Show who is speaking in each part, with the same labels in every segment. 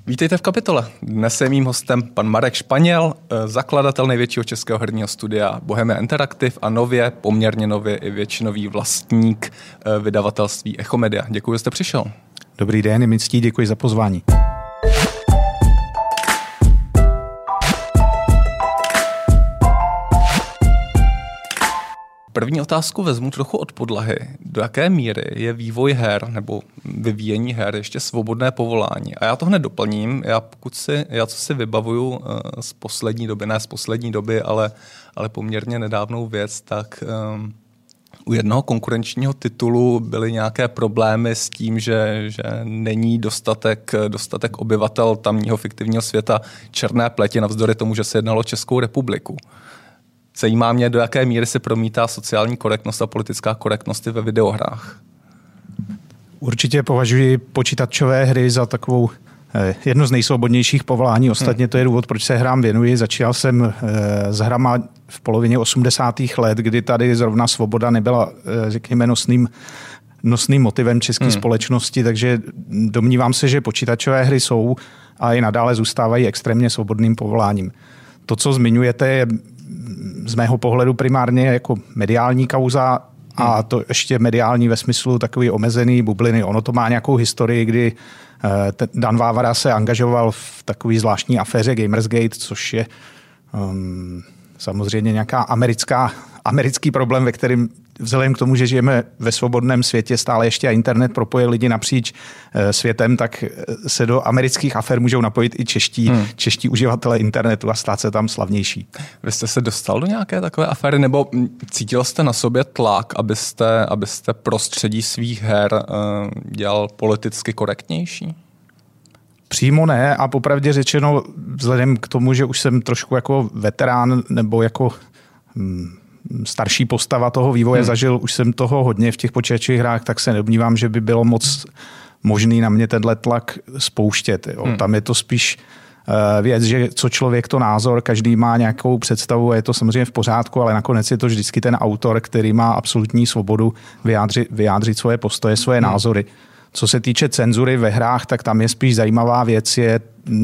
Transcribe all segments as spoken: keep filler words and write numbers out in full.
Speaker 1: Vítejte v Kapitole. Dnes je mým hostem pan Marek Španěl, zakladatel největšího českého herního studia Bohemia Interactive a nově, poměrně nově i většinový vlastník vydavatelství Echo Media. Děkuji, že jste přišel.
Speaker 2: Dobrý den, je mi ctí, děkuji za pozvání.
Speaker 1: První otázku vezmu trochu od podlahy. Do jaké míry je vývoj her nebo vyvíjení her ještě svobodné povolání? A já to hned doplním. Já pokud si, já co si vybavuju z poslední doby, ne z poslední doby, ale, ale poměrně nedávnou věc, tak um, u jednoho konkurenčního titulu byly nějaké problémy s tím, že, že není dostatek, dostatek obyvatel tamního fiktivního světa černé pleti, navzdory tomu, že se jednalo o Českou republiku. Zajímá mě, do jaké míry se promítá sociální korektnost a politická korektnost ve videohrách.
Speaker 2: Určitě považuji počítačové hry za takovou eh, jedno z nejsvobodnějších povolání. Ostatně to je důvod, proč se hrám věnuji. Začal jsem eh, s hrama v polovině osmdesátých let, kdy tady zrovna svoboda nebyla, eh, řekněme, nosným, nosným motivem české hmm. společnosti, takže domnívám se, že počítačové hry jsou a i nadále zůstávají extrémně svobodným povoláním. To, co zmiňujete, je z mého pohledu primárně jako mediální kauza a to ještě mediální ve smyslu takový omezený bubliny. Ono to má nějakou historii, kdy Dan Vávara se angažoval v takové zvláštní aféře Gamersgate, což je um, samozřejmě nějaká americká, americký problém, ve kterém vzhledem k tomu, že žijeme ve svobodném světě, stále ještě a internet propoje lidi napříč světem, tak se do amerických afér můžou napojit i čeští, hmm. čeští uživatelé internetu a stát se tam slavnější.
Speaker 1: Vy jste se dostal do nějaké takové aféry, nebo cítil jste na sobě tlak, abyste, abyste prostředí svých her dělal politicky korektnější?
Speaker 2: Přímo ne a popravdě řečeno, vzhledem k tomu, že už jsem trošku jako veterán nebo jako hmm, starší postava toho vývoje hmm. zažil, už jsem toho hodně v těch počítačových hrách, tak se nedomnívám, že by bylo moc možný na mě tenhle tlak spouštět. Jo. Hmm. Tam je to spíš uh, věc, že co člověk, to názor, každý má nějakou představu a je to samozřejmě v pořádku, ale nakonec je to vždycky ten autor, který má absolutní svobodu vyjádřit, vyjádřit svoje postoje, svoje hmm. názory. Co se týče cenzury ve hrách, tak tam je spíš zajímavá věc, je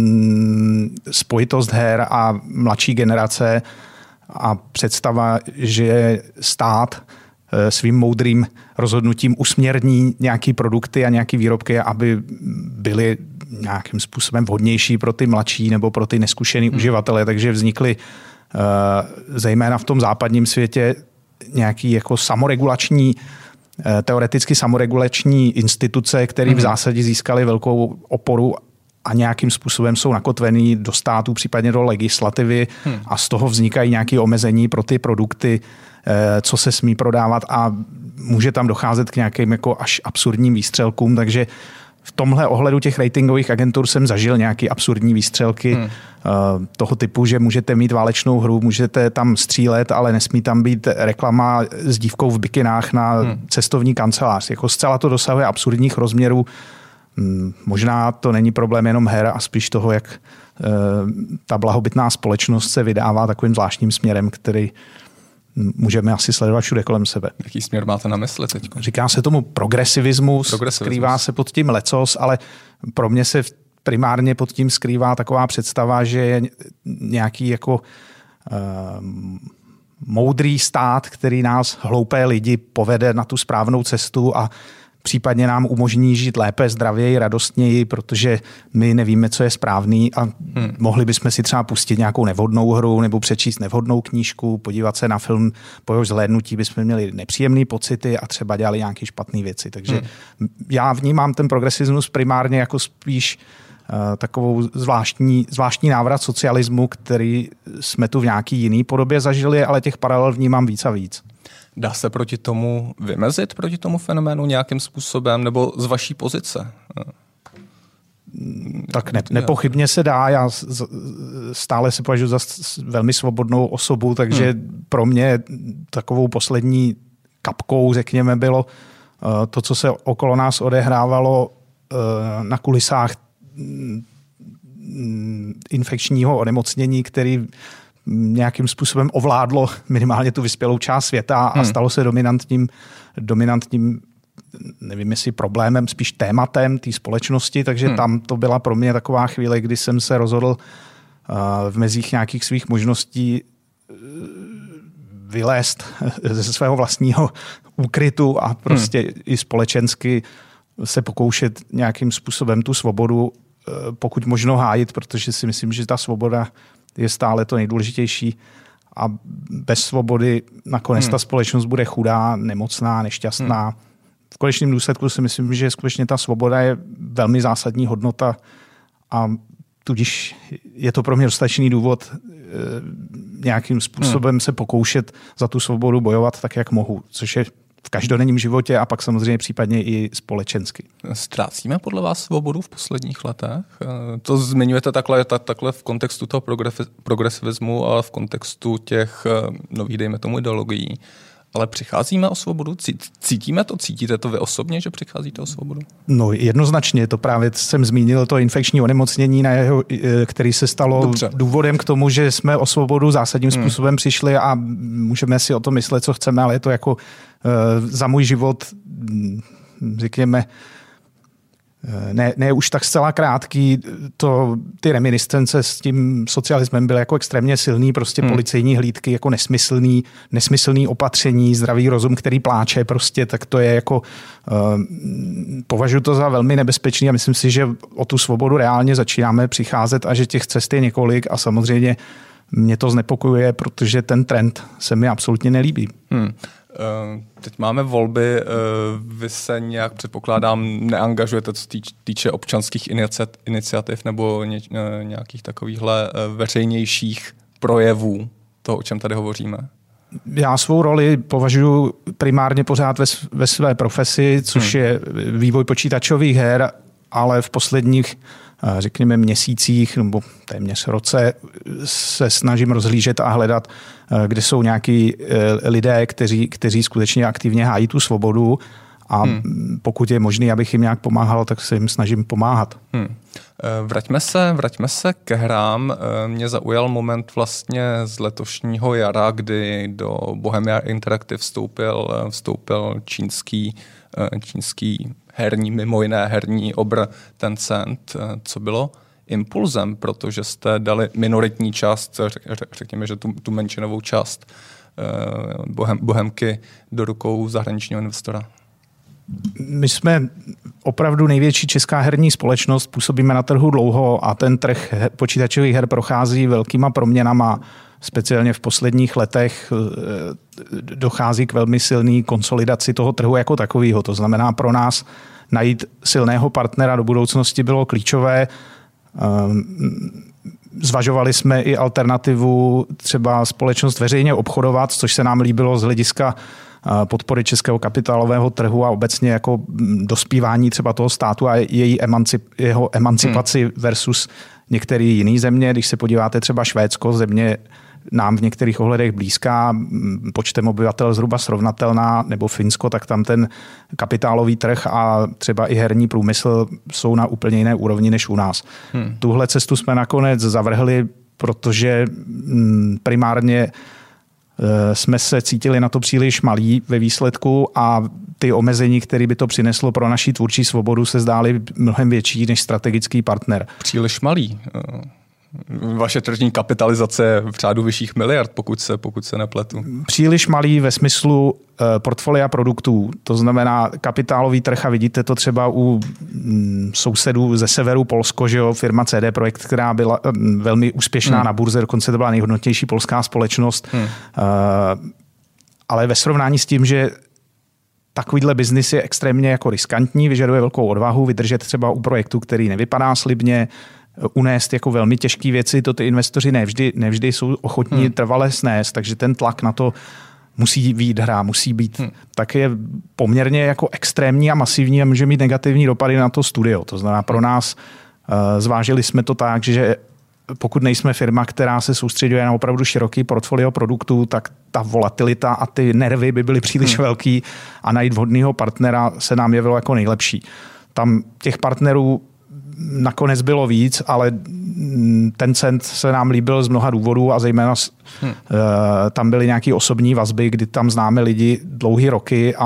Speaker 2: mm, spojitost her a mladší generace a představa, že stát svým moudrým rozhodnutím usměrní nějaký produkty a nějaké výrobky, aby byly nějakým způsobem vhodnější pro ty mladší nebo pro ty neskušený hmm. uživatele. Takže vznikly uh, zejména v tom západním světě nějaký jako samoregulační, uh, teoreticky samoregulační instituce, které hmm. v zásadě získaly velkou oporu a nějakým způsobem jsou nakotvený do státu, případně do legislativy hmm. a z toho vznikají nějaké omezení pro ty produkty, co se smí prodávat a může tam docházet k nějakým jako až absurdním výstřelkům, takže v tomhle ohledu těch ratingových agentur jsem zažil nějaké absurdní výstřelky hmm. toho typu, že můžete mít válečnou hru, můžete tam střílet, ale nesmí tam být reklama s dívkou v bikinách na hmm. cestovní kancelář. Jako zcela to dosahuje absurdních rozměrů. Možná to není problém jenom her a spíš toho, jak ta blahobytná společnost se vydává takovým zvláštním směrem, který můžeme asi sledovat všude kolem sebe.
Speaker 1: Jaký směr máte na mysli teď?
Speaker 2: Říká se tomu progresivismus, progresivismus, skrývá se pod tím lecos, ale pro mě se primárně pod tím skrývá taková představa, že je nějaký jako uh, moudrý stát, který nás, hloupé lidi, povede na tu správnou cestu a případně nám umožní žít lépe, zdravěji, radostněji, protože my nevíme, co je správný a hmm. mohli bychom si třeba pustit nějakou nevhodnou hru nebo přečíst nevhodnou knížku, podívat se na film, po jehož zhlédnutí bychom měli nepříjemné pocity a třeba dělali nějaké špatné věci. Takže hmm. já vnímám ten progresivismus primárně jako spíš uh, takovou zvláštní, zvláštní návrat socialismu, který jsme tu v nějaký jiný podobě zažili, ale těch paralel vnímám víc a víc.
Speaker 1: Dá se proti tomu vymezit, proti tomu fenoménu nějakým způsobem, nebo z vaší pozice?
Speaker 2: Tak ne, nepochybně se dá. Já stále se považuji za velmi svobodnou osobu, takže hmm. pro mě takovou poslední kapkou, řekněme, bylo to, co se okolo nás odehrávalo na kulisách infekčního onemocnění, který nějakým způsobem ovládlo minimálně tu vyspělou část světa a hmm. stalo se dominantním, dominantním nevím jestli problémem, spíš tématem té společnosti, takže hmm. tam to byla pro mě taková chvíle, kdy jsem se rozhodl v mezích nějakých svých možností vylézt ze svého vlastního úkrytu a prostě hmm. i společensky se pokoušet nějakým způsobem tu svobodu pokud možno hájit, protože si myslím, že ta svoboda je stále to nejdůležitější a bez svobody nakonec hmm. ta společnost bude chudá, nemocná, nešťastná. Hmm. V konečném důsledku si myslím, že skutečně ta svoboda je velmi zásadní hodnota a tudíž je to pro mě dostatečný důvod nějakým způsobem hmm. se pokoušet za tu svobodu bojovat tak, jak mohu, což je v každodenním životě a pak samozřejmě případně i společensky.
Speaker 1: Ztrácíme podle vás svobodu v posledních letech? To zmiňujete takhle, tak, takhle v kontextu toho progresivismu a v kontextu těch nových, dejme tomu, ideologií. Ale přicházíme o svobodu? Cítíme to? Cítíte to vy osobně, že přicházíte o svobodu?
Speaker 2: No jednoznačně, to právě jsem zmínil, to infekční onemocnění, na jeho, který se stalo Dobře. důvodem k tomu, že jsme o svobodu zásadním hmm. způsobem přišli a můžeme si o tom myslet, co chceme, ale je to jako uh, za můj život, řekněme, Ne, ne už tak zcela krátký, to, ty reminiscence s tím socialismem byly jako extrémně silný, prostě hmm. policejní hlídky jako nesmyslný, nesmyslný opatření, zdravý rozum, který pláče prostě, tak to je jako, uh, považuji to za velmi nebezpečný a myslím si, že o tu svobodu reálně začínáme přicházet a že těch cest je několik a samozřejmě mě to znepokojuje, protože ten trend se mi absolutně nelíbí. Hmm.
Speaker 1: Teď máme volby, vy se nějak, předpokládám, neangažujete, co týče občanských iniciativ nebo nějakých takovýchhle veřejnějších projevů toho, o čem tady hovoříme?
Speaker 2: Já svou roli považuji primárně pořád ve, ve své profesi, což hmm. je vývoj počítačových her, ale v posledních, řekněme, měsících nebo téměř roce se snažím rozhlížet a hledat, kde jsou nějaký lidé, kteří, kteří skutečně aktivně hájí tu svobodu a hmm. pokud je možné, abych jim nějak pomáhal, tak se jim snažím pomáhat. Hmm.
Speaker 1: Vraťme se, vraťme se ke hrám. Mě zaujal moment vlastně z letošního jara, kdy do Bohemia Interactive vstoupil, vstoupil čínský, čínský herní, mimo jiné herní obr Tencent, co bylo impulzem, protože jste dali minoritní část, řekněme, že tu, tu menšinovou část bohem, Bohemky do rukou zahraničního investora.
Speaker 2: My jsme opravdu největší česká herní společnost, působíme na trhu dlouho a ten trh počítačových her prochází velkýma proměnama. Speciálně v posledních letech dochází k velmi silné konsolidaci toho trhu jako takového. To znamená pro nás najít silného partnera do budoucnosti bylo klíčové. Zvažovali jsme i alternativu třeba společnost veřejně obchodovat, což se nám líbilo z hlediska podpory českého kapitálového trhu a obecně jako dospívání třeba toho státu a její emancip, jeho emancipaci hmm. versus některé jiné země. Když se podíváte třeba Švédsko, země nám v některých ohledech blízká, počtem obyvatel zhruba srovnatelná, nebo Finsko, tak tam ten kapitálový trh a třeba i herní průmysl jsou na úplně jiné úrovni než u nás. Hmm. Tuhle cestu jsme nakonec zavrhli, protože primárně jsme se cítili na to příliš malí ve výsledku a ty omezení, které by to přineslo pro naši tvůrčí svobodu, se zdály mnohem větší než strategický partner.
Speaker 1: Příliš malý. Vaše tržní kapitalizace je v řádu vyšších miliard, pokud se, pokud se nepletu.
Speaker 2: Příliš malý ve smyslu uh, portfolia produktů. To znamená kapitálový trh a vidíte to třeba u mm, sousedů ze severu Polsko, že jo, firma C D Projekt, která byla um, velmi úspěšná hmm. na burze, dokonce to byla nejhodnotnější polská společnost. Hmm. Uh, ale ve srovnání s tím, že takovýhle biznis je extrémně jako riskantní, vyžaduje velkou odvahu, vydržet třeba u projektu, který nevypadá slibně, unést jako velmi těžké věci, to ty investoři nevždy, nevždy jsou ochotní hmm. trvale snést, takže ten tlak na to musí být hra, musí být, hmm. tak je poměrně jako extrémní a masivní a může mít negativní dopady na to studio. To znamená pro nás, uh, zvážili jsme to tak, že pokud nejsme firma, která se soustředuje na opravdu široký portfolio produktů, tak ta volatilita a ty nervy by byly příliš hmm. velký a najít vhodného partnera se nám jevilo jako nejlepší. Tam těch partnerů nakonec bylo víc, ale Tencent se nám líbil z mnoha důvodů a zejména hmm. tam byly nějaké osobní vazby, kdy tam známe lidi dlouhý roky a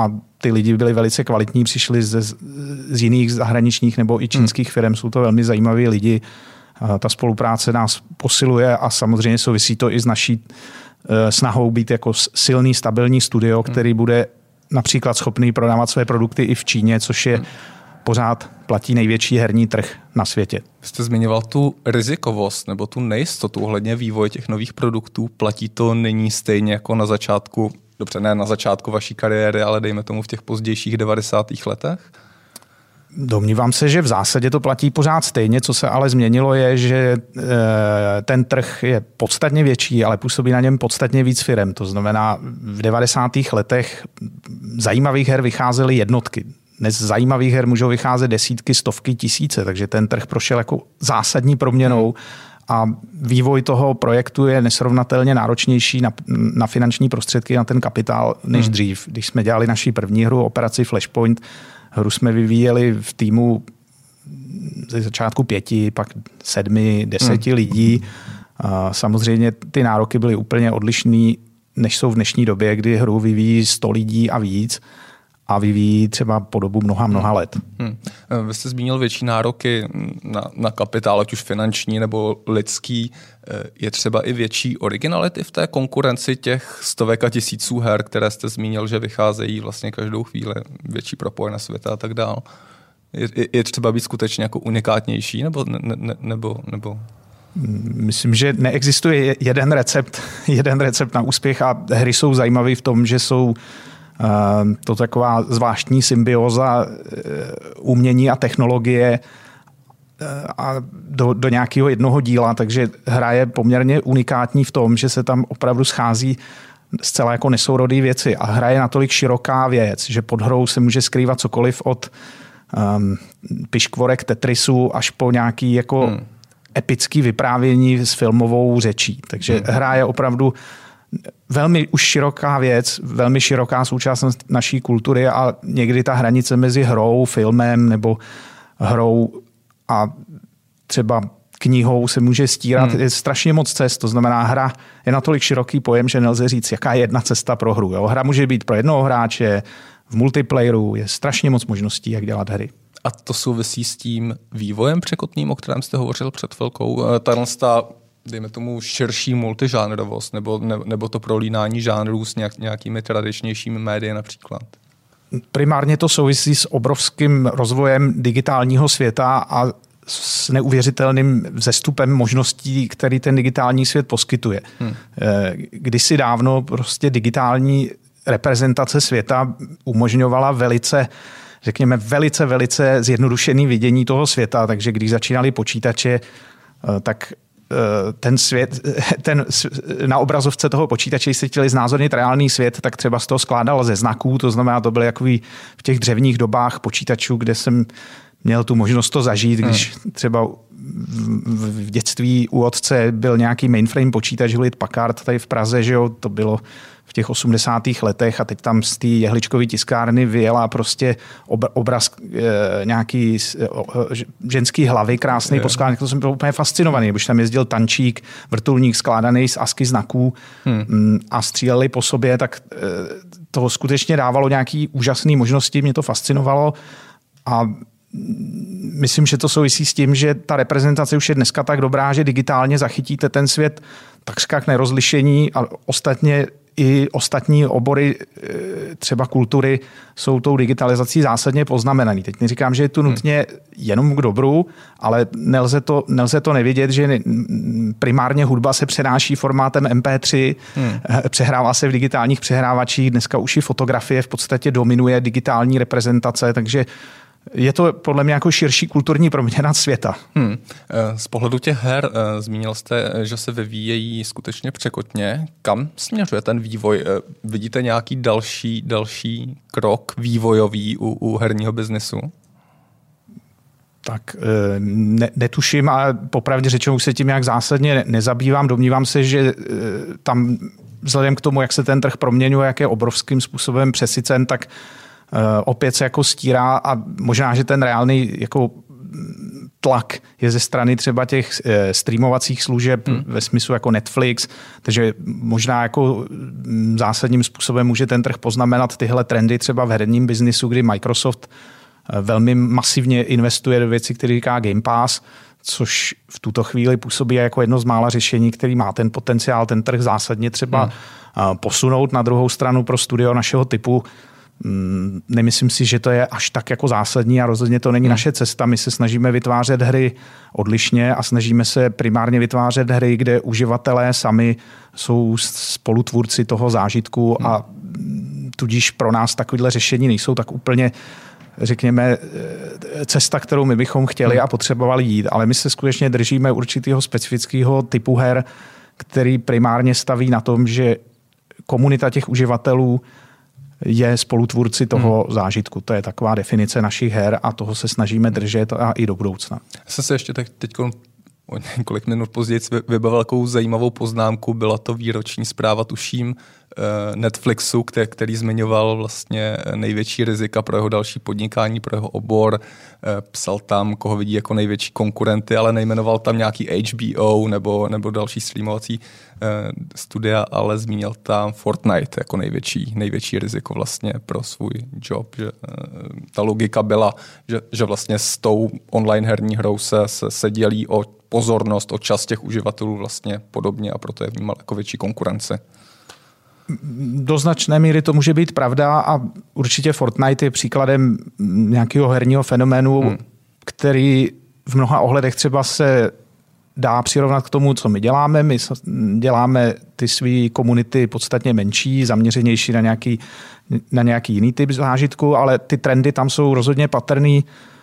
Speaker 2: ty lidi byli velice kvalitní, přišli z, z jiných zahraničních nebo i čínských firm, jsou to velmi zajímaví lidi. Ta spolupráce nás posiluje a samozřejmě souvisí to i s naší snahou být jako silný, stabilní studio, který bude například schopný prodávat své produkty i v Číně, což je pořád platí největší herní trh na světě.
Speaker 1: Vy jste zmiňoval tu rizikovost nebo tu nejistotu ohledně vývoje těch nových produktů. Platí to nyní stejně jako na začátku, dobře, ne na začátku vaší kariéry, ale dejme tomu v těch pozdějších devadesátých letech?
Speaker 2: Domnívám se, že v zásadě to platí pořád stejně. Co se ale změnilo je, že ten trh je podstatně větší, ale působí na něm podstatně víc firem. To znamená, v devadesátých letech zajímavých her vycházely jednotky. Dnes zajímavých her můžou vycházet desítky, stovky, tisíce, takže ten trh prošel jako zásadní proměnou a vývoj toho projektu je nesrovnatelně náročnější na, na finanční prostředky, na ten kapitál než hmm. dřív. Když jsme dělali naši první hru, operaci Flashpoint, hru jsme vyvíjeli v týmu ze začátku pěti, pak sedmi, deseti hmm. lidí. A samozřejmě ty nároky byly úplně odlišný, než jsou v dnešní době, kdy hru vyvíjí sto lidí a víc a vyvíjí třeba po dobu mnoha, mnoha let.
Speaker 1: Hmm. Vy jste zmínil větší nároky na, na kapitál, ať už finanční nebo lidský. Je třeba i větší originality v té konkurenci těch stovek a tisíců her, které jste zmínil, že vycházejí vlastně každou chvíli, větší propoj na světa a tak dál. Je, je třeba být skutečně jako unikátnější nebo, ne, ne, nebo, nebo...
Speaker 2: Myslím, že neexistuje jeden recept, jeden recept na úspěch a hry jsou zajímavé v tom, že jsou to taková zvláštní symbioza umění a technologie a do, do nějakého jednoho díla, takže hra je poměrně unikátní v tom, že se tam opravdu schází zcela jako nesourodé věci a hra je natolik široká věc, že pod hrou se může skrývat cokoliv od um, piškvorek Tetrisu až po nějaký jako hmm. epický vyprávění s filmovou řečí. Takže hmm. hra je opravdu velmi už široká věc, velmi široká součástnost naší kultury a někdy ta hranice mezi hrou, filmem nebo hrou a třeba knihou se může stírat. Hmm. Je strašně moc cest, to znamená hra je natolik široký pojem, že nelze říct, jaká je jedna cesta pro hru. Jo? Hra může být pro jednoho hráče, v multiplayeru, je strašně moc možností, jak dělat hry.
Speaker 1: A to souvisí s tím vývojem překotným, o kterém jste hovořil před chvilkou. Tato dejme tomu širší multižánrovost nebo, ne, nebo to prolínání žánrů s nějak, nějakými tradičnějšími médii například?
Speaker 2: Primárně to souvisí s obrovským rozvojem digitálního světa a s neuvěřitelným vzestupem možností, který ten digitální svět poskytuje. Hmm. Kdysi dávno prostě digitální reprezentace světa umožňovala velice, řekněme, velice, velice zjednodušený vidění toho světa, takže když začínali počítače, tak ten svět, ten, na obrazovce toho počítače, když se chtěli znázornit reálný svět, tak třeba z toho skládal ze znaků, to znamená, to byly jakový v těch dřevních dobách počítačů, kde jsem měl tu možnost to zažít, když třeba v dětství u otce byl nějaký mainframe počítač Hewlett Packard tady v Praze, že jo, to bylo v těch osmdesátých letech a teď tam z té jehličkové tiskárny vyjela prostě obraz e, nějaký e, ženský hlavy, krásný poskládaný, to jsem byl úplně fascinovaný, protože tam jezdil tančík, vrtulník skládaný z asky znaků hmm. a stříleli po sobě, tak e, to skutečně dávalo nějaký úžasné možnosti, mě to fascinovalo a myslím, že to souvisí s tím, že ta reprezentace už je dneska tak dobrá, že digitálně zachytíte ten svět takřka k nerozlišení a ostatně i ostatní obory třeba kultury jsou tou digitalizací zásadně poznamenaný. Teď neříkám, že je to nutně jenom k dobru, ale nelze to, nelze to nevidět, že primárně hudba se přenáší formátem em pé tři, hmm. přehrává se v digitálních přehrávačích, dneska už i fotografie v podstatě dominuje digitální reprezentace, takže je to podle mě jako širší kulturní proměna světa. Hmm.
Speaker 1: Z pohledu těch her zmínil jste, že se vyvíjejí skutečně překotně. Kam směřuje ten vývoj? Vidíte nějaký další, další krok vývojový u, u herního biznesu?
Speaker 2: Tak ne, netuším a popravdě řečeno už se tím nějak zásadně nezabývám. Domnívám se, že tam vzhledem k tomu, jak se ten trh proměňuje, jak je obrovským způsobem přesycen, tak opět se jako stírá a možná, že ten reálný jako tlak je ze strany třeba těch streamovacích služeb hmm. ve smyslu jako Netflix, takže možná jako zásadním způsobem může ten trh poznamenat tyhle trendy třeba v herním biznisu, kdy Microsoft velmi masivně investuje do věcí, které říká Game Pass, což v tuto chvíli působí jako jedno z mála řešení, který má ten potenciál, ten trh zásadně třeba hmm. posunout. Na druhou stranu pro studio našeho typu nemyslím si, že to je až tak jako zásadní a rozhodně to není hmm. naše cesta. My se snažíme vytvářet hry odlišně a snažíme se primárně vytvářet hry, kde uživatelé sami jsou spolutvůrci toho zážitku hmm. a tudíž pro nás takovéhle řešení nejsou tak úplně, řekněme, cesta, kterou my bychom chtěli hmm. a potřebovali jít, ale my se skutečně držíme určitého specifického typu her, který primárně staví na tom, že komunita těch uživatelů je spolutvůrci toho hmm. zážitku. To je taková definice našich her a toho se snažíme držet a i do budoucna.
Speaker 1: Já jsem se ještě teď, teď o několik minut později vybavil takovou zajímavou poznámku. Byla to výroční zpráva, tuším, Netflixu, který, který zmiňoval vlastně největší rizika pro jeho další podnikání, pro jeho obor. Psal tam, koho vidí jako největší konkurenty, ale nejmenoval tam nějaký H B O nebo, nebo další streamovací studia, ale zmínil tam Fortnite jako největší, největší riziko vlastně pro svůj job. Že, ta logika byla, že, že vlastně s tou online herní hrou se, se, se dělí o pozornost, o čas těch uživatelů vlastně podobně a proto je vnímal jako větší konkurence.
Speaker 2: Do značné míry to může být pravda a určitě Fortnite je příkladem nějakého herního fenoménu, hmm. který v mnoha ohledech třeba se dá přirovnat k tomu, co my děláme. My děláme ty své komunity podstatně menší, zaměřenější na nějaký, na nějaký jiný typ zážitku, ale ty trendy tam jsou rozhodně patrný.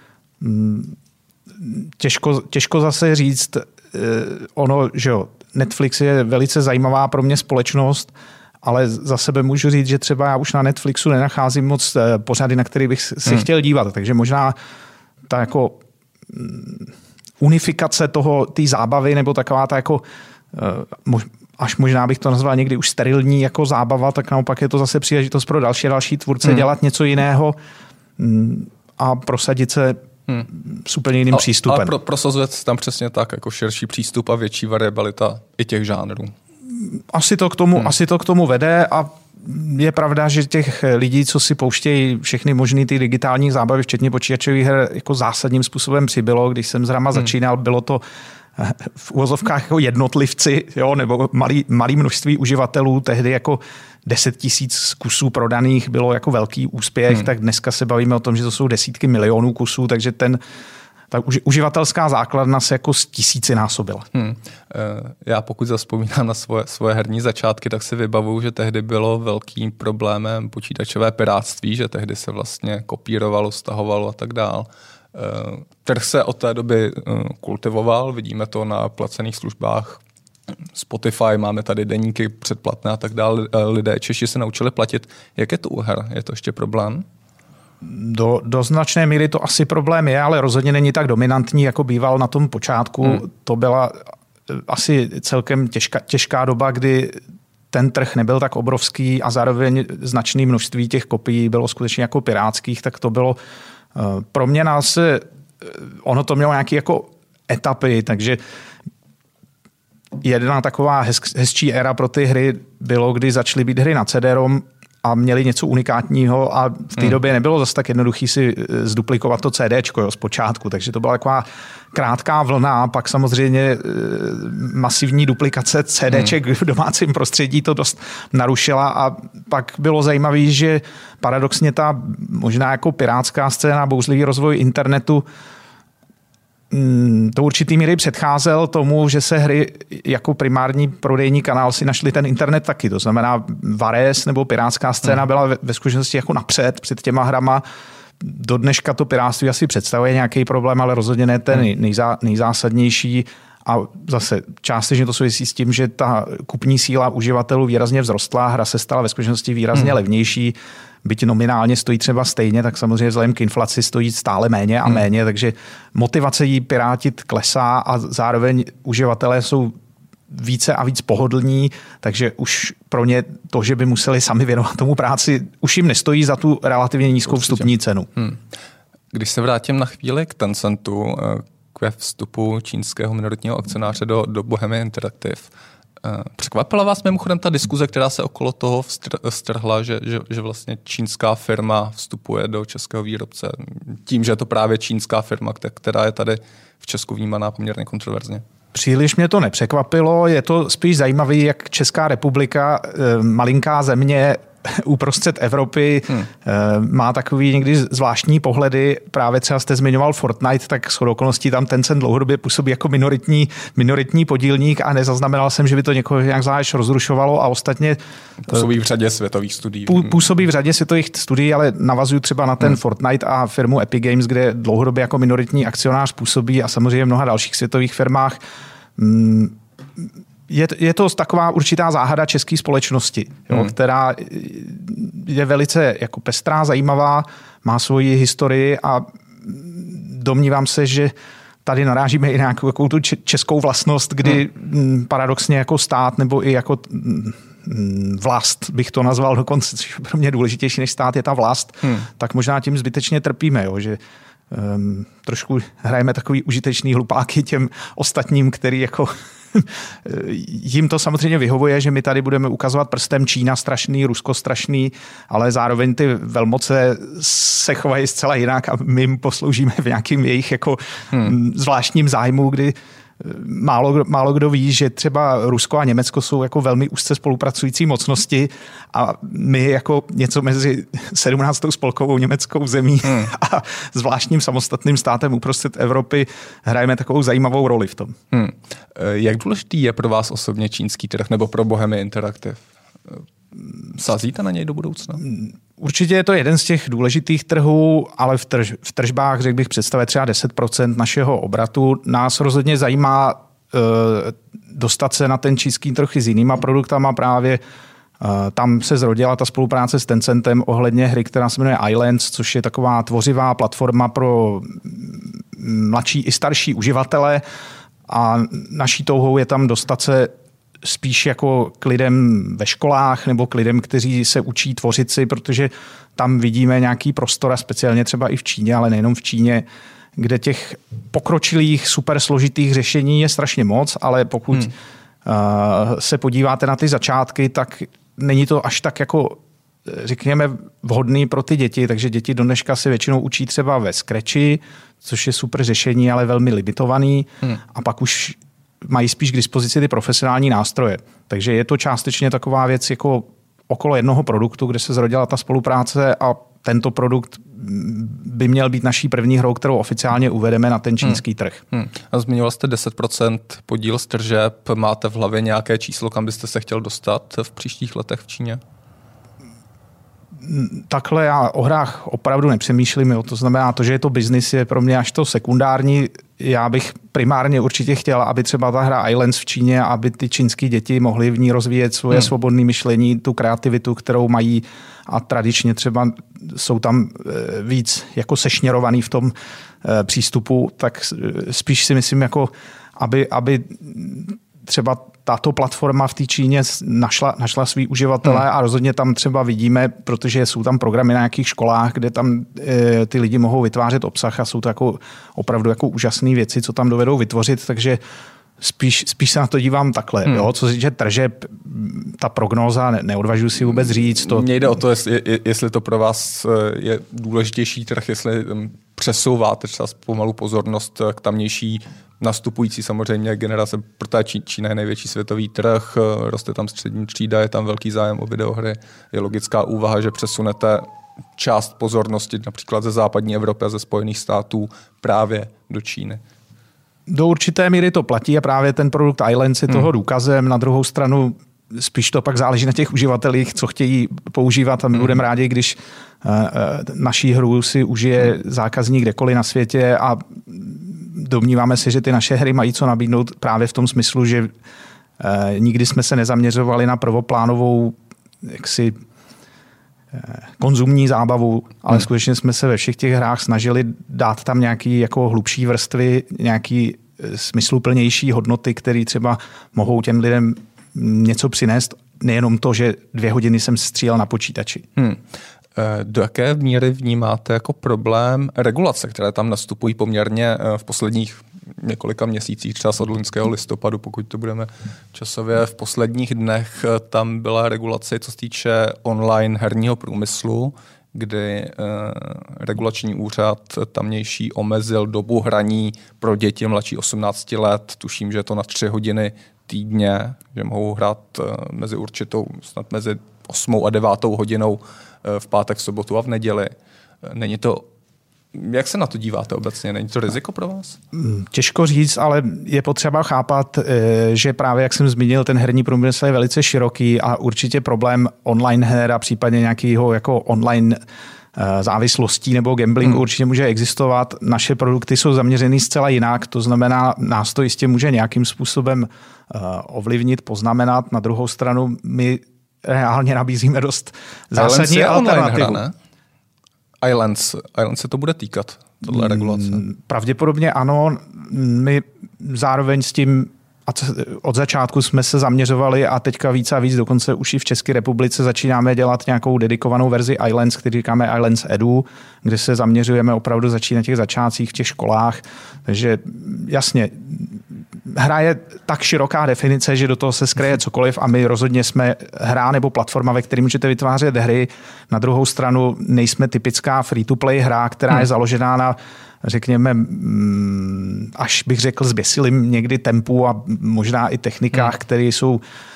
Speaker 2: Těžko, těžko zase říct, ono, že jo, Netflix je velice zajímavá pro mě společnost, ale za sebe můžu říct, že třeba já už na Netflixu nenacházím moc pořady, na který bych si hmm. chtěl dívat. Takže možná ta jako unifikace toho, té zábavy, nebo taková ta jako, až možná bych to nazval někdy už sterilní jako zábava, tak naopak je to zase příležitost pro další další tvůrce hmm. dělat něco jiného a prosadit se hmm. s úplně jiným
Speaker 1: a,
Speaker 2: přístupem.
Speaker 1: Ale pro, prosazovat tam přesně tak, jako širší přístup a větší variabilita i těch žánrů.
Speaker 2: Asi to k tomu, hmm. asi to k tomu vede a je pravda, že těch lidí, co si pouštějí všechny možný ty digitální zábavy, včetně počítačových her, jako zásadním způsobem přibylo. Když jsem s hrama hmm. začínal, bylo to v uvozovkách jako jednotlivci, jo, nebo malý, malý množství uživatelů, tehdy jako deset tisíc kusů prodaných bylo jako velký úspěch, hmm. tak dneska se bavíme o tom, že to jsou desítky milionů kusů, takže ten ta uživatelská základna se jako z tisíci násobila. Hmm.
Speaker 1: Já pokud zavzpomínám na svoje, svoje herní začátky, tak si vybavuju, že tehdy bylo velkým problémem počítačové pirátství, že tehdy se vlastně kopírovalo, stahovalo a tak dál. Trh se od té doby kultivoval, vidíme to na placených službách Spotify, máme tady deníky předplatné a tak dále. Lidé Češi se naučili platit. Jak je to u her? Je to ještě problém?
Speaker 2: Do, do značné míry to asi problém je, ale rozhodně není tak dominantní, jako býval na tom počátku. Hmm. To byla asi celkem těžká, těžká doba, kdy ten trh nebyl tak obrovský a zároveň značné množství těch kopií bylo skutečně jako pirátských, tak to bylo pro mě nás, ono to mělo nějaké jako etapy, takže jedna taková hez, hezčí éra pro ty hry bylo, kdy začaly být hry na C D-rom a měli něco unikátního a v té hmm. době nebylo zase tak jednoduchý si zduplikovat to CDčko jo, z počátku, takže to byla taková krátká vlna a pak samozřejmě masivní duplikace CDček hmm. v domácím prostředí to dost narušila a pak bylo zajímavé, že paradoxně ta možná jako pirátská scéna, bouzlivý rozvoj internetu to určitý míry předcházel tomu, že se hry jako primární prodejní kanál si našli ten internet taky. To znamená Vares nebo pirátská scéna byla ve, ve skutečnosti jako napřed před těma hrama. Do dneška to pirátství asi představuje nějaký problém, ale rozhodně ne ten nejzá, nejzásadnější. A zase částečně to souvisí s tím, že ta kupní síla uživatelů výrazně vzrostla, hra se stala ve skutečnosti výrazně hmm. levnější. Byť nominálně stojí třeba stejně, tak samozřejmě vzhledem k inflaci stojí stále méně a méně, hmm. takže motivace jí pirátit klesá a zároveň uživatelé jsou více a víc pohodlní, takže už pro ně to, že by museli sami věnovat tomu práci, už jim nestojí za tu relativně nízkou vstupní cenu. Hmm.
Speaker 1: Když se vrátím na chvíli k Tencentu, k vstupu čínského minoritního akcionáře do, do Bohemia Interactive, překvapila vás mimochodem ta diskuze, která se okolo toho strhla, že, že, že vlastně čínská firma vstupuje do českého výrobce tím, že je to právě čínská firma, která je tady v Česku vnímaná poměrně kontroverzně?
Speaker 2: Příliš mě to nepřekvapilo, je to spíš zajímavé, jak Česká republika, malinká země uprostřed Evropy, hmm. má takový někdy zvláštní pohledy. Právě třeba jste zmiňoval Fortnite, tak shodou okolností tam Tencent dlouhodobě působí jako minoritní, minoritní podílník a nezaznamenal jsem, že by to někoho nějak zvlášť rozrušovalo a ostatně...
Speaker 1: Působí v řadě světových studií.
Speaker 2: Působí v řadě světových studií, ale navazuju třeba na ten hmm. Fortnite a firmu Epic Games, kde dlouhodobě jako minoritní akcionář působí a samozřejmě v mnoha dalších světových firmách. Hmm. Je, je to taková určitá záhada české společnosti, jo, hmm. která je velice jako pestrá, zajímavá, má svoji historii a domnívám se, že tady narážíme i nějakou jako tu českou vlastnost, kdy hmm. paradoxně jako stát nebo i jako vlast, bych to nazval dokonce, což je pro mě důležitější než stát, je ta vlast, hmm. tak možná tím zbytečně trpíme, jo, že um, trošku hrajeme takový užitečný hlupáky těm ostatním, který jako jim to samozřejmě vyhovuje, že my tady budeme ukazovat prstem Čína strašný, Rusko strašný, ale zároveň ty velmoce se chovají zcela jinak a my jim posloužíme v nějakým jejich jako hmm. zvláštním zájmu, kdy málo, málo kdo ví, že třeba Rusko a Německo jsou jako velmi úzce spolupracující mocnosti a my jako něco mezi sedmnáctou spolkovou německou zemí hmm. a zvláštním samostatným státem uprostřed Evropy hrajeme takovou zajímavou roli v tom.
Speaker 1: Hmm. Jak důležitý je pro vás osobně čínský trh nebo pro Bohemia Interactive? Sázíte na něj do budoucna?
Speaker 2: Určitě je to jeden z těch důležitých trhů, ale v, trž, v tržbách, řekl bych, představuje třeba deset procent našeho obratu. Nás rozhodně zajímá uh, dostat se na ten čínský trh i s jinýma produktama. Právě uh, tam se zrodila ta spolupráce s Tencentem ohledně hry, která se jmenuje Islands, což je taková tvořivá platforma pro mladší i starší uživatele. A naší touhou je tam dostat se spíš jako k lidem ve školách nebo k lidem, kteří se učí tvořit si, protože tam vidíme nějaký prostor, a speciálně třeba i v Číně, ale nejenom v Číně, kde těch pokročilých, super složitých řešení je strašně moc, ale pokud hmm. uh, se podíváte na ty začátky, tak není to až tak jako, řekněme, vhodný pro ty děti, takže děti do dneška se většinou učí třeba ve Scratchi, což je super řešení, ale velmi limitovaný hmm. a pak už mají spíš k dispozici ty profesionální nástroje. Takže je to částečně taková věc jako okolo jednoho produktu, kde se zrodila ta spolupráce a tento produkt by měl být naší první hrou, kterou oficiálně uvedeme na ten čínský hmm. trh.
Speaker 1: Hmm. A zmiňoval jste deset procent podíl z tržeb. Máte v hlavě nějaké číslo, kam byste se chtěl dostat v příštích letech v Číně?
Speaker 2: Takhle já o hrách opravdu nepřemýšlím. Jo. To znamená, to, že je to biznis, je pro mě až to sekundární. Já bych primárně určitě chtěl, aby třeba ta hra Islands v Číně, aby ty čínský děti mohly v ní rozvíjet svoje hmm. svobodné myšlení, tu kreativitu, kterou mají a tradičně třeba jsou tam víc jako sešněrovaný v tom přístupu, tak spíš si myslím, jako aby, aby třeba tato platforma v té Číně našla, našla svý uživatele hmm. a rozhodně tam třeba vidíme, protože jsou tam programy na nějakých školách, kde tam e, ty lidi mohou vytvářet obsah a jsou to jako, opravdu jako úžasné věci, co tam dovedou vytvořit, takže spíš, spíš se na to dívám takhle. Hmm. Jo? Co se týče tržeb, ta prognóza, ne, neodvažuji si vůbec říct. To...
Speaker 1: Mně jde o to, jestli, jestli to pro vás je důležitější trh, jestli přesouváte třeba pomalu pozornost k tamnější nastupující samozřejmě generace, protože Čína je největší světový trh, roste tam střední třída, je tam velký zájem o videohry. Je logická úvaha, že přesunete část pozornosti například ze západní Evropy a ze Spojených států právě do Číny.
Speaker 2: Do určité míry to platí a právě ten produkt Islands je toho hmm. důkazem. Na druhou stranu spíš to pak záleží na těch uživatelích, co chtějí používat a my hmm. budeme rádi, když uh, naší hru si užije zákazník kdekoliv na světě a domníváme se, že ty naše hry mají co nabídnout právě v tom smyslu, že eh, nikdy jsme se nezaměřovali na prvoplánovou jaksi eh, konzumní zábavu, ale hmm. skutečně jsme se ve všech těch hrách snažili dát tam nějaký jako hlubší vrstvy, nějaký eh, smysluplnější hodnoty, které třeba mohou těm lidem něco přinést, nejenom to, že dvě hodiny jsem střílel na počítači. Hmm.
Speaker 1: Do jaké míry vnímáte jako problém regulace, které tam nastupují poměrně v posledních několika měsících, třeba od loňského listopadu, pokud to budeme časově. V posledních dnech tam byla regulace, co se týče online herního průmyslu, kdy eh, regulační úřad tamnější omezil dobu hraní pro děti mladší osmnácti let. Tuším, že je to na tři hodiny týdně, že mohou hrát eh, mezi určitou, snad mezi osmou a devátou hodinou eh, v pátek, v sobotu a v neděli. Není to Jak se na to díváte obecně? Není to riziko pro vás?
Speaker 2: Těžko říct, ale je potřeba chápat, že právě, jak jsem zmínil, ten herní průmysl je velice široký a určitě problém online her a případně nějakého jako online závislostí nebo gamblingu hmm. určitě může existovat. Naše produkty jsou zaměřeny zcela jinak, to znamená, nás to jistě může nějakým způsobem ovlivnit, poznamenat. Na druhou stranu my reálně nabízíme dost zásadní alternativu.
Speaker 1: Islands, Islands se to bude týkat, tohle regulace?
Speaker 2: Pravděpodobně ano. My zároveň s tím od začátku jsme se zaměřovali a teďka víc a víc, dokonce už i v České republice začínáme dělat nějakou dedikovanou verzi Islands, který říkáme Islands Edu, kde se zaměřujeme opravdu začít na těch začátcích v těch školách. Takže jasně, hra je tak široká definice, že do toho se skryje cokoliv a my rozhodně jsme hra nebo platforma, ve které můžete vytvářet hry. Na druhou stranu nejsme typická free-to-play hra, která je založená na, řekněme, až bych řekl zběsilým někdy tempu a možná i technikách, které jsou,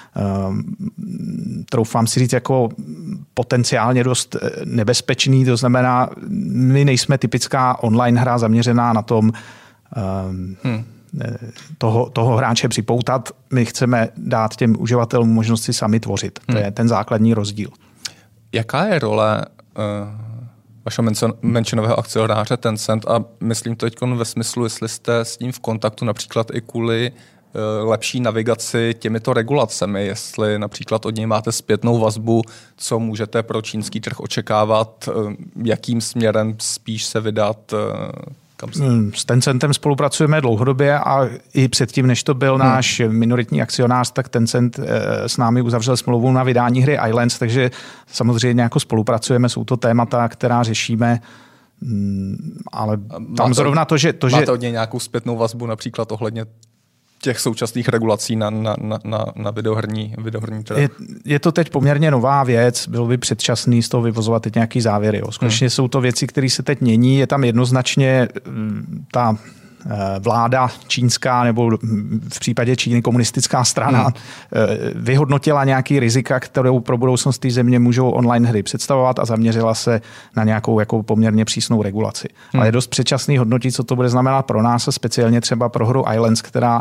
Speaker 2: troufám si říct, jako potenciálně dost nebezpečný. To znamená, my nejsme typická online hra zaměřená na tom, hmm. Toho, toho hráče připoutat. My chceme dát těm uživatelům možnost si sami tvořit. To je ten základní rozdíl.
Speaker 1: Jaká je role uh, vašeho menšinového akcionáře Tencent a myslím to teď ve smyslu, jestli jste s ním v kontaktu například i kvůli uh, lepší navigaci těmito regulacemi, jestli například od něj máte zpětnou vazbu, co můžete pro čínský trh očekávat, uh, jakým směrem spíš se vydat. Uh,
Speaker 2: S Tencentem spolupracujeme dlouhodobě a i předtím, než to byl náš hmm. minoritní akcionář, tak Tencent s námi uzavřel smlouvu na vydání hry Islands, takže samozřejmě jako spolupracujeme, jsou to témata, která řešíme, ale tam máte, zrovna to, že... To,
Speaker 1: máte
Speaker 2: že...
Speaker 1: od něj nějakou zpětnou vazbu například ohledně těch současných regulací na, na, na, na videoherní, videoherní trh?
Speaker 2: Je, je to teď poměrně nová věc, bylo by předčasný z toho vyvozovat teď nějaký závěry. Jo. Skutečně hmm. jsou to věci, které se teď mění, je tam jednoznačně ta vláda čínská nebo v případě Číny komunistická strana hmm. vyhodnotila nějaký rizika, kterou pro budoucnost té země můžou online hry představovat a zaměřila se na nějakou jako poměrně přísnou regulaci. Hmm. Ale je dost předčasný hodnotit, co to bude znamenat pro nás a speciálně třeba pro hru Islands, která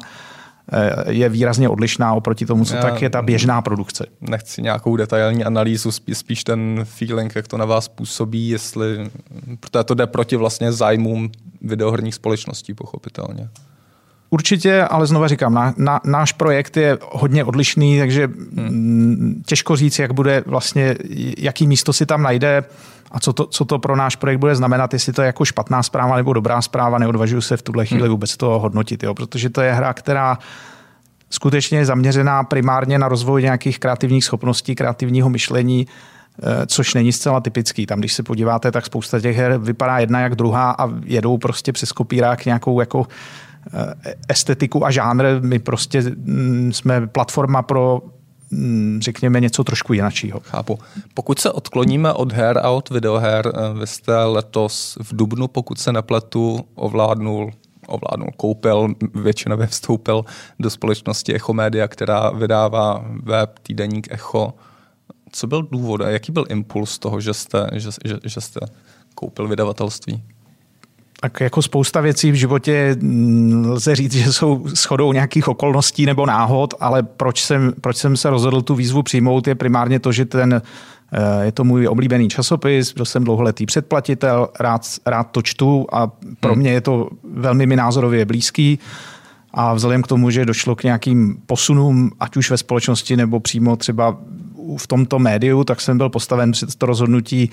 Speaker 2: je výrazně odlišná oproti tomu, co Já tak je ta běžná produkce.
Speaker 1: Nechci nějakou detailní analýzu, spíš, spíš ten feeling, jak to na vás působí, jestli, protože to jde proti vlastně zájmům videoherních společností, pochopitelně.
Speaker 2: Určitě, ale znova říkám, na, na, náš projekt je hodně odlišný, takže hmm. těžko říct, jak bude vlastně, jaký místo si tam najde a co to, co to pro náš projekt bude znamenat, jestli to je jako špatná zpráva nebo dobrá zpráva, neodvažuji se v tuhle chvíli vůbec toho hodnotit, jo, protože to je hra, která skutečně je zaměřená primárně na rozvoj nějakých kreativních schopností, kreativního myšlení, což není zcela typický. Tam, když se podíváte, tak spousta těch her vypadá jedna jak druhá a jedou prostě přes kopírák nějakou jako estetiku a žánr. My prostě jsme platforma pro, řekněme, něco trošku jináčího.
Speaker 1: Chápu. Pokud se odkloníme od her a od videoher, vy jste letos v dubnu, pokud se nepletu, ovládnul ovládnul, koupil, většinově vstoupil do společnosti Echo Media, která vydává web, týdeník Echo. Co byl důvod a jaký byl impuls toho, že jste, že, že, že jste koupil vydavatelství?
Speaker 2: Tak jako spousta věcí v životě lze říct, že jsou shodou nějakých okolností nebo náhod, ale proč jsem, proč jsem se rozhodl tu výzvu přijmout, je primárně to, že ten, je to můj oblíbený časopis, byl jsem dlouholetý předplatitel, rád, rád to čtu a pro hmm. mě je to velmi mi názorově blízký. A vzhledem k tomu, že došlo k nějakým posunům, ať už ve společnosti nebo přímo třeba v tomto médiu, tak jsem byl postaven před to rozhodnutí,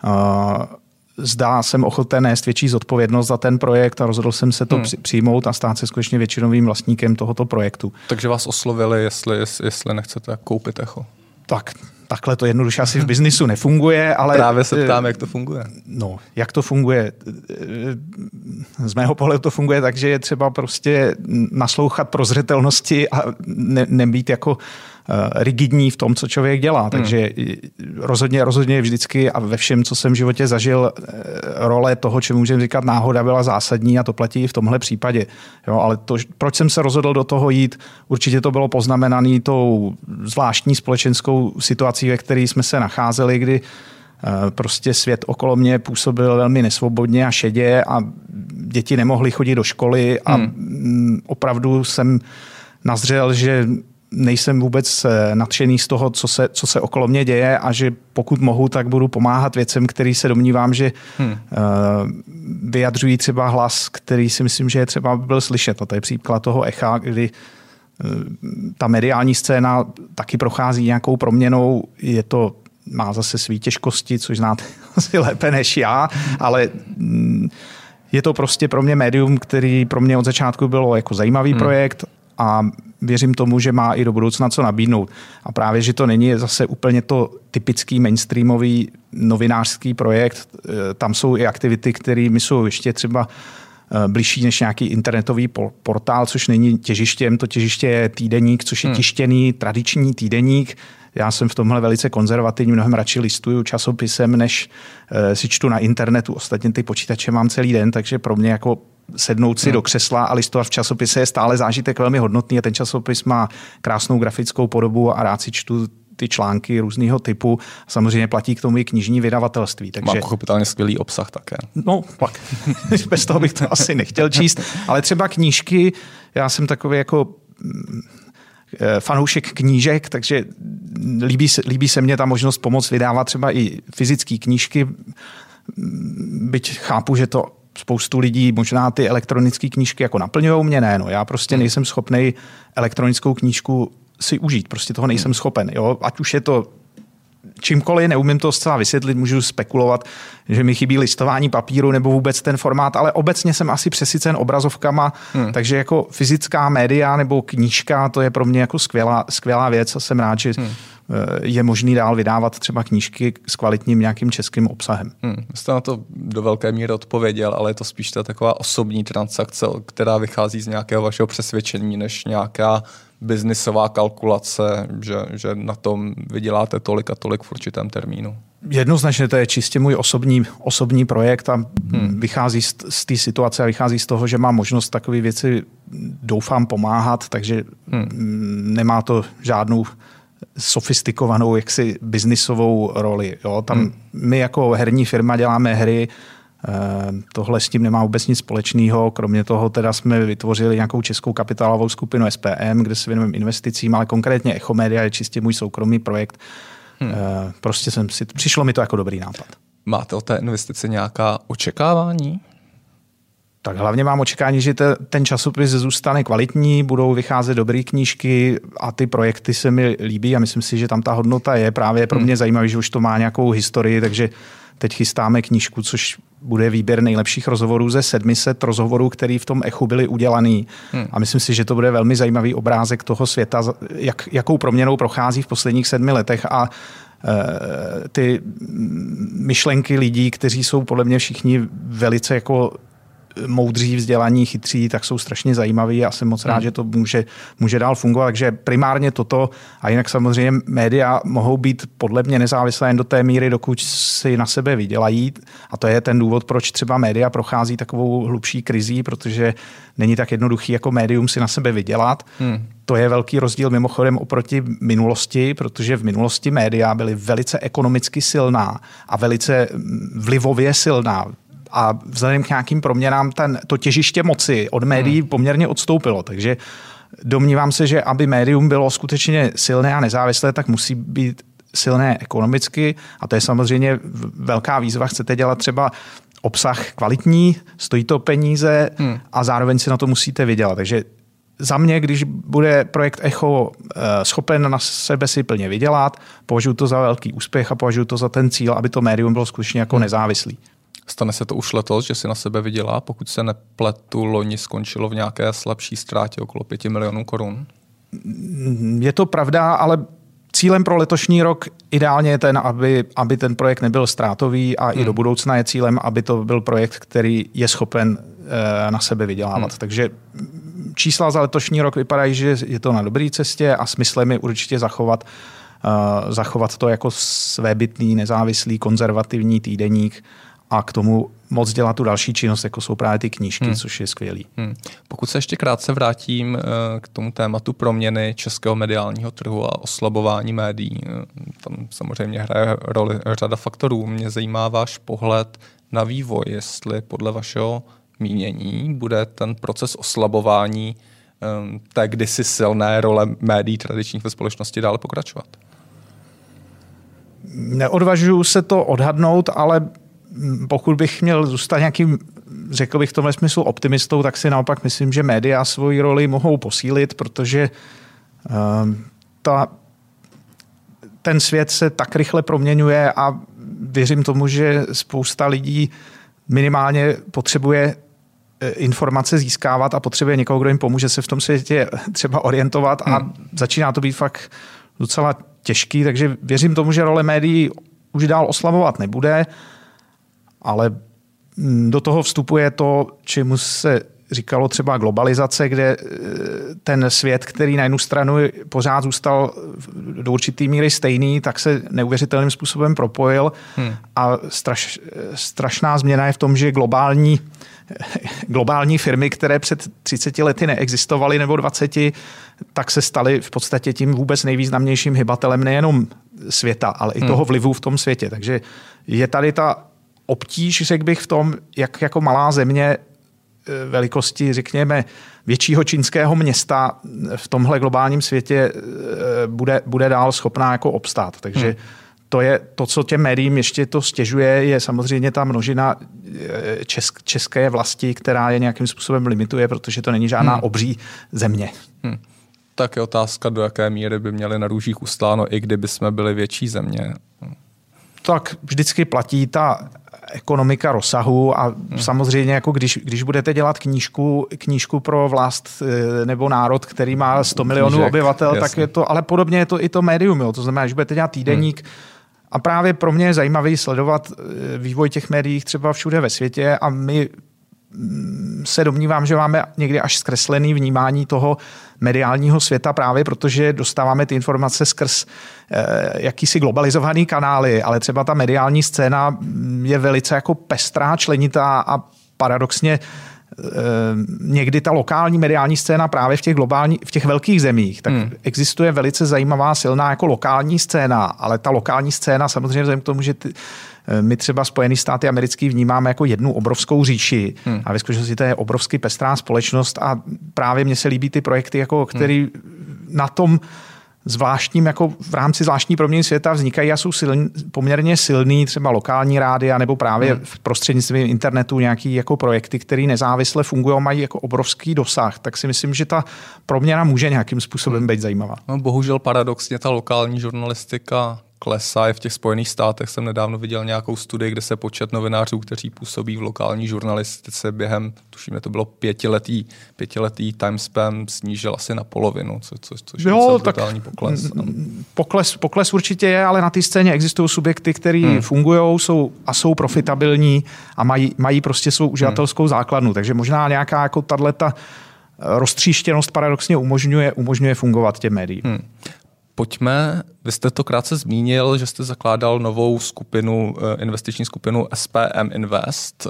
Speaker 2: zdá jsem ochoten nést větší zodpovědnost za ten projekt a rozhodl jsem se to hmm. přijmout a stát se skutečně většinovým vlastníkem tohoto projektu.
Speaker 1: Takže vás oslovili, jestli, jestli nechcete koupit Echo?
Speaker 2: Tak, takhle to jednoduše asi v biznisu nefunguje, ale...
Speaker 1: Právě se ptám, jak to funguje.
Speaker 2: No, jak to funguje? Z mého pohledu to funguje tak, že je třeba prostě naslouchat prozřetelnosti a ne, nebýt jako rigidní v tom, co člověk dělá. Takže rozhodně, rozhodně vždycky a ve všem, co jsem v životě zažil, role toho, čemu můžeme říkat náhoda, byla zásadní a to platí i v tomhle případě. Jo, ale to, proč jsem se rozhodl do toho jít, určitě to bylo poznamenané tou zvláštní společenskou situací, ve které jsme se nacházeli, kdy prostě svět okolo mě působil velmi nesvobodně a šedě a děti nemohly chodit do školy a hmm. opravdu jsem nazřel, že nejsem vůbec nadšený z toho, co se, co se okolo mě děje a že pokud mohu, tak budu pomáhat věcem, který se domnívám, že hmm. vyjadřují třeba hlas, který si myslím, že je třeba byl slyšet. A to je příklad toho echa, kdy ta mediální scéna taky prochází nějakou proměnou. Je to, má zase svý těžkosti, což znáte asi lépe než já, ale je to prostě pro mě médium, který pro mě od začátku bylo jako zajímavý hmm. projekt a věřím tomu, že má i do budoucna co nabídnout. A právě, že to není zase úplně to typický mainstreamový novinářský projekt. Tam jsou i aktivity, které mi jsou ještě třeba blížší než nějaký internetový portál, což není těžištěm. To těžiště je týdeník, což je hmm. tištěný tradiční týdeník. Já jsem v tomhle velice konzervativní, mnohem radši listuju časopisem, než si čtu na internetu. Ostatně ty počítače mám celý den, takže pro mě jako sednout si hmm. do křesla a listovat v časopise je stále zážitek velmi hodnotný a ten časopis má krásnou grafickou podobu a rád si čtu ty články různého typu. Samozřejmě platí k tomu i knižní vydavatelství. Takže...
Speaker 1: Má pochopitelně skvělý obsah také.
Speaker 2: No, pak. Bez toho bych to asi nechtěl číst. Ale třeba knížky, já jsem takový jako fanoušek knížek, takže líbí se, líbí se mně ta možnost pomoct vydávat třeba i fyzické knížky, byť chápu, že to spoustu lidí možná ty elektronické knížky jako naplňujou, mě ne. No. Já prostě nejsem schopnej elektronickou knížku si užít. Prostě toho nejsem schopen. Jo? Ať už je to čímkoliv, neumím to zcela vysvětlit, můžu spekulovat, že mi chybí listování papíru nebo vůbec ten formát, ale obecně jsem asi přesycen obrazovkama, hmm. takže jako fyzická média nebo knížka, to je pro mě jako skvělá, skvělá věc a jsem rád, že hmm. je možný dál vydávat třeba knížky s kvalitním nějakým českým obsahem.
Speaker 1: Hmm. Jste na to do velké míry odpověděl, ale je to spíš ta taková osobní transakce, která vychází z nějakého vašeho přesvědčení, než nějaká biznisová kalkulace, že, že na tom vyděláte tolik a tolik v určitém termínu.
Speaker 2: Jednoznačně to je čistě můj osobní, osobní projekt a hmm. vychází z, z té situace a vychází z toho, že mám možnost takové věci doufám pomáhat, takže hmm. nemá to žádnou sofistikovanou jaksi biznisovou roli. Jo? Tam hmm. my jako herní firma děláme hry, tohle s tím nemá vůbec nic společného, kromě toho teda jsme vytvořili nějakou českou kapitálovou skupinu S P M, kde se věnujeme investicím, ale konkrétně Echomedia je čistě můj soukromý projekt. Hmm. Prostě jsem si, přišlo mi to jako dobrý nápad.
Speaker 1: Máte o té investici nějaká očekávání?
Speaker 2: Tak hlavně mám očekání, že te, ten časopis zůstane kvalitní, budou vycházet dobré knížky a ty projekty se mi líbí a myslím si, že tam ta hodnota je právě pro mě hmm. zajímavý, že už to má nějakou historii, takže teď chystáme knížku, což bude výběr nejlepších rozhovorů ze sedmi set rozhovorů, které v tom Echu byly udělaný. Hmm. A myslím si, že to bude velmi zajímavý obrázek toho světa, jak, jakou proměnou prochází v posledních sedmi letech a e, ty myšlenky lidí, kteří jsou podle mě všichni velice jako moudří, vzdělaní, chytří, tak jsou strašně zajímaví a jsem moc rád, hmm. že to může, může dál fungovat. Takže primárně toto a jinak samozřejmě média mohou být podle mě nezávislé jen do té míry, dokud si na sebe vydělají. A to je ten důvod, proč třeba média prochází takovou hlubší krizí, protože není tak jednoduchý jako médium si na sebe vydělat. Hmm. To je velký rozdíl mimochodem oproti minulosti, protože v minulosti média byly velice ekonomicky silná a velice vlivově silná. A vzhledem k nějakým proměnám ten, to těžiště moci od médií hmm. poměrně odstoupilo. Takže domnívám se, že aby médium bylo skutečně silné a nezávislé, tak musí být silné ekonomicky. A to je samozřejmě velká výzva. Chcete dělat třeba obsah kvalitní, stojí to peníze hmm. a zároveň si na to musíte vydělat. Takže za mě, když bude projekt Echo schopen na sebe si plně vydělat, považuji to za velký úspěch a považuji to za ten cíl, aby to médium bylo skutečně jako hmm. nezávislý.
Speaker 1: Stane se to už letos, že si na sebe vydělá, pokud se nepletu, loni skončilo v nějaké slabší ztrátě okolo pěti milionů korun?
Speaker 2: Je to pravda, ale cílem pro letošní rok ideálně je ten, aby, aby ten projekt nebyl ztrátový a hmm. i do budoucna je cílem, aby to byl projekt, který je schopen e, na sebe vydělávat. Hmm. Takže čísla za letošní rok vypadají, že je to na dobré cestě a smyslem je určitě zachovat, e, zachovat to jako svébytný, nezávislý, konzervativní týdeník a k tomu moc dělat tu další činnost, jako jsou právě ty knížky, hmm. což je skvělý. Hmm.
Speaker 1: Pokud se ještě krátce vrátím k tomu tématu proměny českého mediálního trhu a oslabování médií, tam samozřejmě hraje roli řada faktorů. Mě zajímá váš pohled na vývoj, jestli podle vašeho mínění bude ten proces oslabování té kdysi silné role médií tradičních ve společnosti dále pokračovat.
Speaker 2: Neodvažuju se to odhadnout, ale pokud bych měl zůstat nějakým, řekl bych v tomhle smyslu optimistou, tak si naopak myslím, že média svoji roli mohou posílit, protože uh, ta, ten svět se tak rychle proměňuje a věřím tomu, že spousta lidí minimálně potřebuje informace získávat a potřebuje někoho, kdo jim pomůže se v tom světě třeba orientovat a hmm. začíná to být fakt docela těžký, takže věřím tomu, že role médií už dál oslabovat nebude, ale do toho vstupuje to, čemu se říkalo třeba globalizace, kde ten svět, který na jednu stranu pořád zůstal do určitý míry stejný, tak se neuvěřitelným způsobem propojil hmm. a straš, strašná změna je v tom, že globální, globální firmy, které před třiceti lety neexistovaly nebo dvaceti, tak se staly v podstatě tím vůbec nejvýznamnějším hybatelem nejenom světa, ale i hmm. toho vlivu v tom světě. Takže je tady ta obtíž, řekl bych, v tom, jak jako malá země velikosti, řekněme, většího čínského města v tomhle globálním světě bude, bude dál schopná jako obstát. Takže hmm. to je to, co těm médiím ještě to stěžuje, je samozřejmě ta množina česk, české vlasti, která je nějakým způsobem limituje, protože to není žádná hmm. obří země. Hmm.
Speaker 1: Tak je otázka, do jaké míry by měli na růžích ustáno, i kdyby jsme byli větší země.
Speaker 2: Tak vždycky platí ta ekonomika rozsahu a hmm. samozřejmě jako když, když budete dělat knížku, knížku pro vlast nebo národ, který má sto milionů Knížek, obyvatel, jasně. tak je to, ale podobně je to i to médium, jo. To znamená, že budete dělat týdeník hmm. a právě pro mě je zajímavý sledovat vývoj těch médií třeba všude ve světě a my se domnívám, že máme někdy až zkreslený vnímání toho mediálního světa právě, protože dostáváme ty informace skrz eh, jakýsi globalizovaný kanály, ale třeba ta mediální scéna je velice jako pestrá, členitá a paradoxně eh, někdy ta lokální mediální scéna právě v těch globální, v těch velkých zemích, tak hmm. existuje velice zajímavá, silná jako lokální scéna, ale ta lokální scéna samozřejmě vzhledem k tomu, že ty, my třeba Spojené státy americký vnímáme jako jednu obrovskou říši hmm. a ve skutečnosti to je obrovsky pestrá společnost a právě mně se líbí ty projekty, jako, který hmm. na tom zvláštním, jako v rámci zvláštní proměny světa vznikají a jsou silný, poměrně silný třeba lokální rádia nebo právě hmm. v prostřednictvím internetu nějaký jako projekty, které nezávisle fungují a mají jako obrovský dosah, tak si myslím, že ta proměna může nějakým způsobem hmm. být zajímavá.
Speaker 1: No, bohužel paradoxně ta lokální žurnalistika klesá. Je v těch Spojených státech jsem nedávno viděl nějakou studii, kde se počet novinářů, kteří působí v lokální žurnalistice během, tuším, to bylo pětiletý, pětiletý timespan snížil asi na polovinu, co, co, což jo, je brutální pokles.
Speaker 2: pokles. Pokles určitě je, ale na té scéně existují subjekty, které hmm. fungují jsou, a jsou profitabilní a mají, mají prostě svou uživatelskou hmm. základnu. Takže možná nějaká jako tato roztříštěnost paradoxně umožňuje, umožňuje fungovat těm médiím. Hmm.
Speaker 1: Pojďme, vy jste to krátce zmínil, že jste zakládal novou skupinu, investiční skupinu S P M Invest.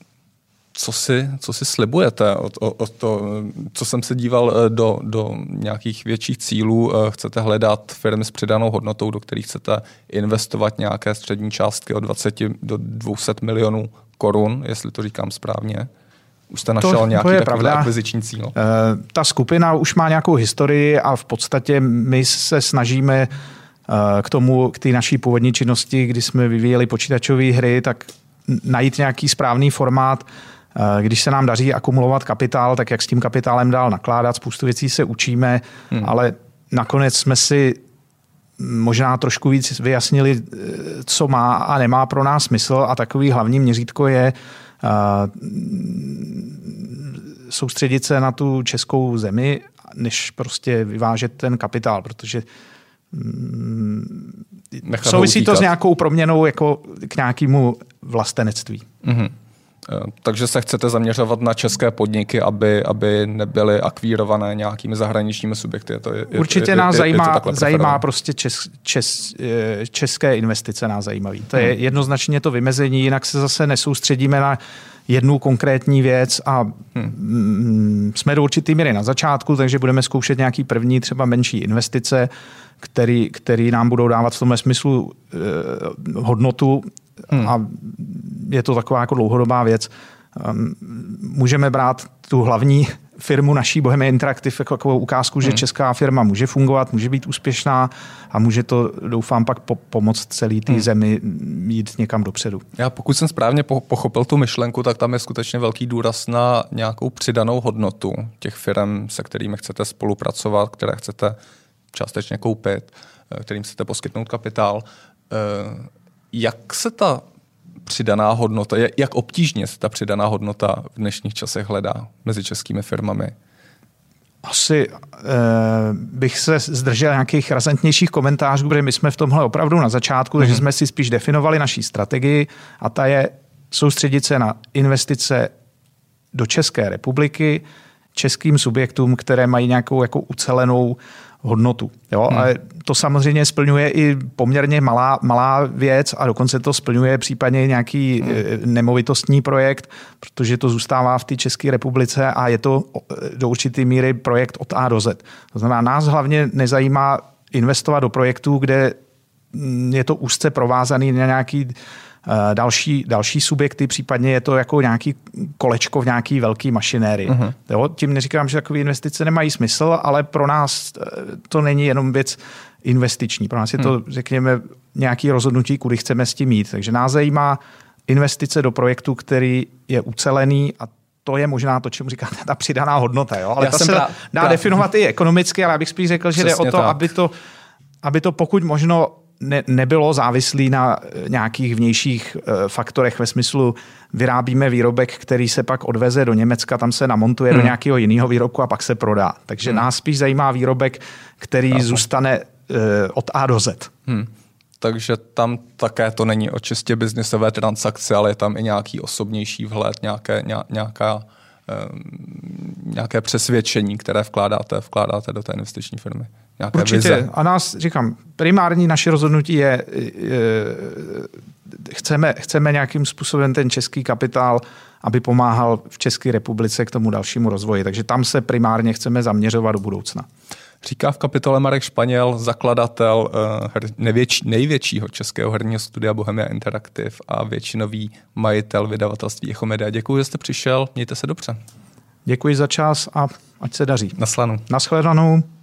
Speaker 1: Co si, co si slibujete od, od to, co jsem se díval do, do nějakých větších cílů? Chcete hledat firmy s přidanou hodnotou, do kterých chcete investovat nějaké střední částky od dvacet do dvě stě milionů korun, jestli to říkám správně? Už jste našel to, nějaký to takový akviziční cíl? Uh,
Speaker 2: ta skupina už má nějakou historii a v podstatě my se snažíme uh, k tomu, k té naší původní činnosti, kdy jsme vyvíjeli počítačové hry, tak najít nějaký správný formát. Uh, když se nám daří akumulovat kapitál, tak jak s tím kapitálem dál nakládat, spoustu věcí se učíme, hmm. ale nakonec jsme si možná trošku víc vyjasnili, co má a nemá pro nás smysl a takový hlavní měřítko je soustředit se na tu českou zemi, než prostě vyvážet ten kapitál, protože souvisí to s nějakou proměnou jako k nějakému vlastenectví.
Speaker 1: Mm-hmm. Takže se chcete zaměřovat na české podniky, aby, aby nebyly akvírované nějakými zahraničními subjekty. Je to, je,
Speaker 2: Určitě
Speaker 1: je,
Speaker 2: nás
Speaker 1: je,
Speaker 2: zajímá,
Speaker 1: je
Speaker 2: zajímá prostě čes, čes, české investice nás zajímaví. To je hmm. jednoznačně to vymezení, jinak se zase nesoustředíme na jednu konkrétní věc a hmm. jsme do určitý míry na začátku, takže budeme zkoušet nějaký první třeba menší investice, který, který nám budou dávat v tomhle smyslu eh, hodnotu. Hmm. A je to taková jako dlouhodobá věc. Můžeme brát tu hlavní firmu naší Bohemia Interactive jako takovou ukázku, že hmm. česká firma může fungovat, může být úspěšná a může to, doufám, pak po- pomoct celý té hmm. zemi jít někam dopředu.
Speaker 1: Já pokud jsem správně pochopil tu myšlenku, tak tam je skutečně velký důraz na nějakou přidanou hodnotu těch firm, se kterými chcete spolupracovat, které chcete částečně koupit, kterým chcete poskytnout kapitál. Jak se ta přidaná hodnota, jak obtížně se ta přidaná hodnota v dnešních časech hledá mezi českými firmami?
Speaker 2: Asi eh, bych se zdržel nějakých razantnějších komentářů, protože my jsme v tomhle opravdu na začátku, mm-hmm. takže jsme si spíš definovali naší strategii a ta je soustředit se na investice do České republiky, českým subjektům, které mají nějakou jako ucelenou hodnotu. Jo? Hmm. Ale to samozřejmě splňuje i poměrně malá, malá věc a dokonce to splňuje případně nějaký hmm. nemovitostní projekt, protože to zůstává v té České republice a je to do určité míry projekt od A do Z. To znamená, nás hlavně nezajímá investovat do projektů, kde je to úzce provázaný na nějaký další, další subjekty, případně je to jako nějaký kolečko v nějaký velký mašinérii. Uh-huh. Jo, tím neříkám, že takové investice nemají smysl, ale pro nás to není jenom věc investiční. Pro nás je to, řekněme, nějaký rozhodnutí, kudy chceme s tím jít. Takže nás zajímá investice do projektu, který je ucelený a to je možná to, čemu říkáte, ta přidaná hodnota. Jo? Ale já ta se pra, dá pra... definovat i ekonomicky, ale já bych spíš řekl, že Přesně jde o to, aby to, aby to pokud možno Ne, nebylo závislý na nějakých vnějších e, faktorech ve smyslu vyrábíme výrobek, který se pak odveze do Německa, tam se namontuje hmm. do nějakého jiného výrobku a pak se prodá. Takže hmm. nás spíš zajímá výrobek, který Chápu. zůstane e, od A do Z. Hmm.
Speaker 1: Takže tam také to není o čistě biznisové transakce, ale je tam i nějaký osobnější vhled, nějaké, nějaká, e, nějaké přesvědčení, které vkládáte, vkládáte do té investiční firmy.
Speaker 2: Určitě. Vize. A nás, říkám, primární naše rozhodnutí je, je chceme, chceme nějakým způsobem ten český kapitál, aby pomáhal v České republice k tomu dalšímu rozvoji. Takže tam se primárně chceme zaměřovat do budoucna.
Speaker 1: Říká v kapitole Marek Španěl, zakladatel největší, největšího českého herního studia Bohemia Interactive a většinový majitel vydavatelství Echomedia. Děkuji, že jste přišel, mějte se dobře.
Speaker 2: Děkuji za čas a ať se daří.
Speaker 1: Naschledanou.
Speaker 2: Naschledanou.